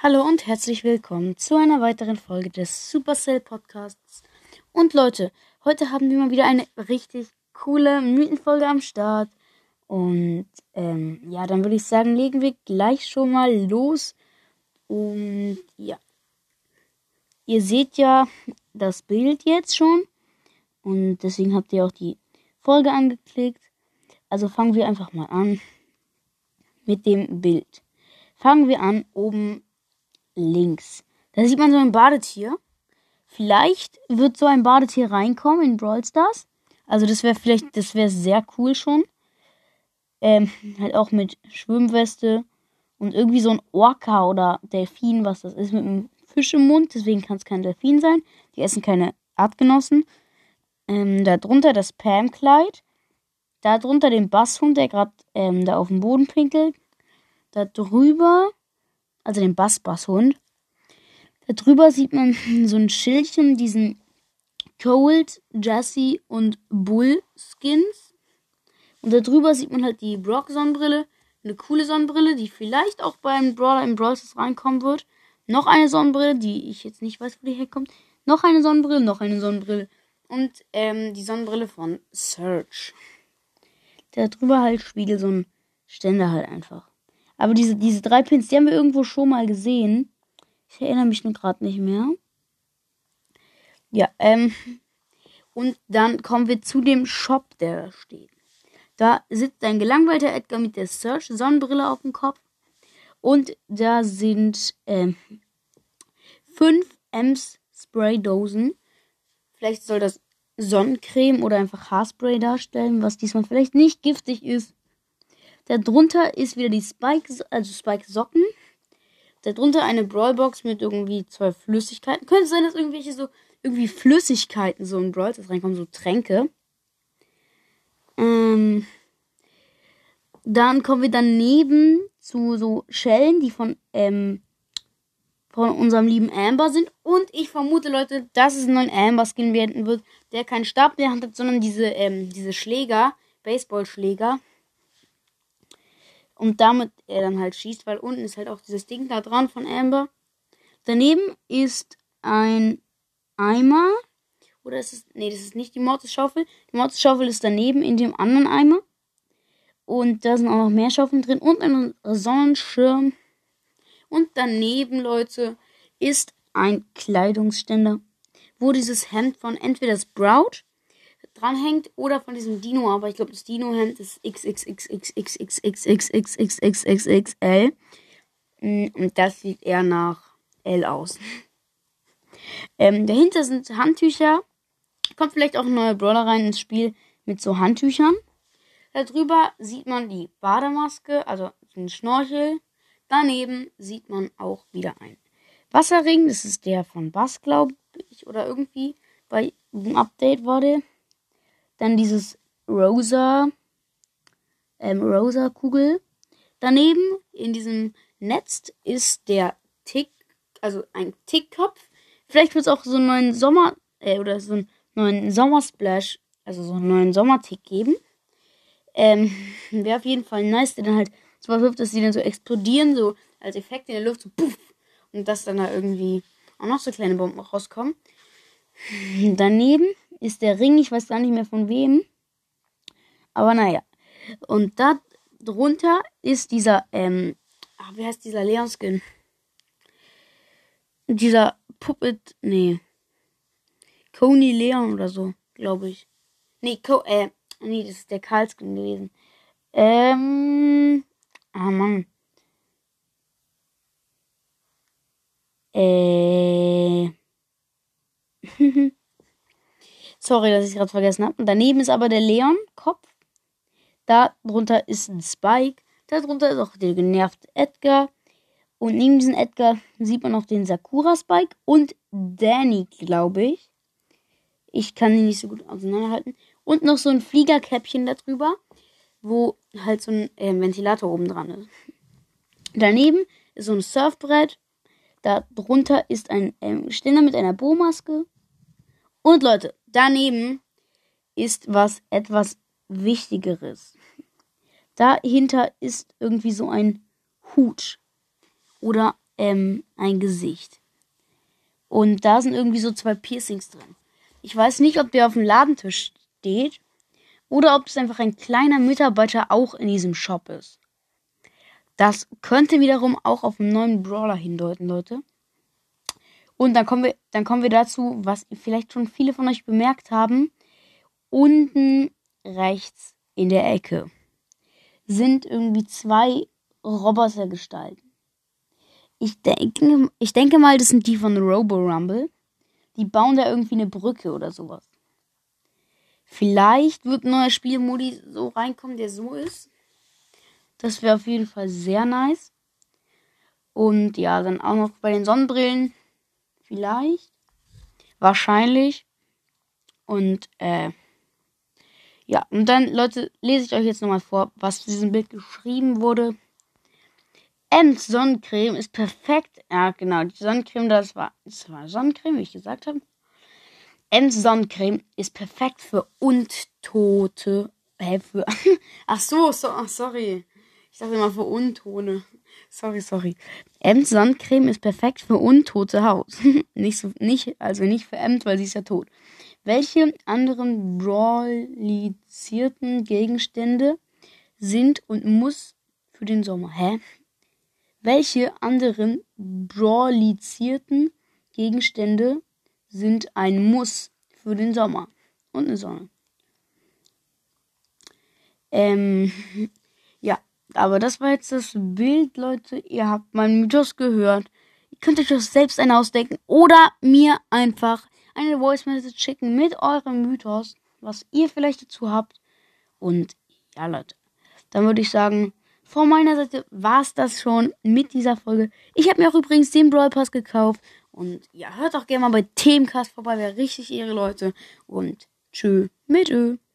Hallo und herzlich willkommen zu einer weiteren Folge des Supercell Podcasts. Und Leute, heute haben wir mal wieder eine richtig coole Mythenfolge am Start. Und dann würde ich sagen, legen wir gleich schon mal los. Und ja, ihr seht ja das Bild jetzt schon. Und deswegen habt ihr auch die Folge angeklickt. Also fangen wir einfach mal an mit dem Bild. Fangen wir an oben links. Da sieht man so ein Badetier. Vielleicht wird so ein Badetier reinkommen in Brawl Stars. Also das wäre sehr cool schon. Halt auch mit Schwimmweste und irgendwie so ein Orca oder Delfin, was das ist, mit einem Fisch im Mund. Deswegen kann es kein Delfin sein. Die essen keine Artgenossen. Darunter das Pam-Kleid. Darunter den Basshund, der gerade da auf dem Boden pinkelt. Darüber, also den Basshund. Darüber sieht man so ein Schildchen, diesen Cold, Jessie und Bull Skins. Und darüber sieht man halt die Brock-Sonnenbrille. Eine coole Sonnenbrille, die vielleicht auch beim Brawler im Brawl Stars reinkommen wird. Noch eine Sonnenbrille, die ich jetzt nicht weiß, wo die herkommt. Noch eine Sonnenbrille. Und die Sonnenbrille von Surge. Darüber halt Spiegel, so ein Ständer halt einfach. Aber diese 3 Pins, die haben wir irgendwo schon mal gesehen. Ich erinnere mich nur gerade nicht mehr. Ja, und dann kommen wir zu dem Shop, der da steht. Da sitzt ein gelangweilter Edgar mit der Surge-Sonnenbrille auf dem Kopf. Und da sind 5 Ems Spraydosen. Vielleicht soll das Sonnencreme oder einfach Haarspray darstellen, was diesmal vielleicht nicht giftig ist. Darunter ist wieder die Spike-Socken. Darunter eine Brawlbox mit irgendwie 2 Flüssigkeiten. Könnte sein, dass irgendwie Flüssigkeiten so in Brawl Stars reinkommen, so Tränke. Dann kommen wir daneben zu so Schellen, die von unserem lieben Amber sind. Und ich vermute, Leute, dass es einen neuen Amber-Skin werden wird, der keinen Stab in der Hand hat, sondern diese Schläger, Baseballschläger. Und damit er dann halt schießt, weil unten ist halt auch dieses Ding da dran von Amber. Daneben ist ein Eimer. Oder das ist nicht die Mortis-Schaufel. Die Mortis-Schaufel ist daneben in dem anderen Eimer. Und da sind auch noch mehr Schaufeln drin. Und ein Sonnenschirm. Und daneben, Leute, ist ein Kleidungsständer, wo dieses Hemd von entweder Sprout dranhängt oder von diesem Dino, aber ich glaube, das Dino-Hemd ist XXXXXXXXXXXL. Und das sieht eher nach L aus. Dahinter sind Handtücher. Kommt vielleicht auch ein neuer Brawler rein ins Spiel mit so Handtüchern. Darüber sieht man die Bademaske, also den Schnorchel. Daneben sieht man auch wieder einen Wasserring. Das ist der von Bass, glaube ich, oder irgendwie bei dem Update war der. Dann dieses rosa Kugel. Daneben in diesem Netz ist der Tick, also ein Tickkopf. Vielleicht wird es auch so einen neuen oder so einen neuen Sommersplash, also so einen neuen Sommertick geben. Wäre auf jeden Fall nice, der dann halt so was wirft, dass die dann so explodieren, so als Effekt in der Luft, so puff. Und dass dann da irgendwie auch noch so kleine Bomben rauskommen. Daneben ist der Ring, ich weiß gar nicht mehr von wem. Aber naja. Und da drunter ist dieser, wie heißt dieser Leon-Skin? Dieser Puppet, Coney Leon oder so, glaube ich. Das ist der Karl-Skin gewesen. Mann. Sorry, dass ich gerade vergessen habe. Und daneben ist aber der Leon-Kopf. Da drunter ist ein Spike. Da drunter ist auch der genervte Edgar. Und neben diesem Edgar sieht man noch den Sakura-Spike und Danny, glaube ich. Ich kann die nicht so gut auseinanderhalten. Und noch so ein Fliegerkäppchen da drüber, wo halt so ein Ventilator oben dran ist. Daneben ist so ein Surfbrett. Da drunter ist ein Ständer mit einer Bohrmaske. Und Leute, daneben ist etwas Wichtigeres. Dahinter ist irgendwie so ein Hut. Oder ein Gesicht. Und da sind irgendwie so 2 Piercings drin. Ich weiß nicht, ob der auf dem Ladentisch steht oder ob es einfach ein kleiner Mitarbeiter auch in diesem Shop ist. Das könnte wiederum auch auf einen neuen Brawler hindeuten, Leute. Und dann kommen wir dazu, was vielleicht schon viele von euch bemerkt haben. Unten rechts in der Ecke sind irgendwie 2 Robotergestalten. Ich denke mal, das sind die von Robo Rumble. Die bauen da irgendwie eine Brücke oder sowas. Vielleicht wird ein neuer Spielmodi so reinkommen, der so ist. Das wäre auf jeden Fall sehr nice. Und ja, dann auch noch bei den Sonnenbrillen. Vielleicht. Wahrscheinlich. Und ja, und dann, Leute, lese ich euch jetzt nochmal vor, was zu diesem Bild geschrieben wurde. Ems Sonnencreme ist perfekt. Ja, genau, die Sonnencreme, das war Sonnencreme, wie ich gesagt habe. Ems Sonnencreme ist perfekt für Untote. Ach so, sorry. Ich dachte immer für Untone. Sorry. Ems Sonnencreme ist perfekt für untote Haut. nicht für Ems, weil sie ist ja tot. Welche anderen brawlizierten Gegenstände sind und muss für den Sommer? Welche anderen brawlizierten Gegenstände sind ein Muss für den Sommer? Und eine Sonne. Ja, aber das war jetzt das Bild, Leute. Ihr habt meinen Mythos gehört. Ihr könnt euch das selbst einen ausdenken oder mir einfach eine Voice Message schicken mit eurem Mythos, was ihr vielleicht dazu habt. Und ja, Leute, dann würde ich sagen, von meiner Seite war es das schon mit dieser Folge. Ich habe mir auch übrigens den Brawl Pass gekauft. Und ja, hört auch gerne mal bei Themencast vorbei. Wäre richtig Ehre, Leute. Und tschö mit Ö.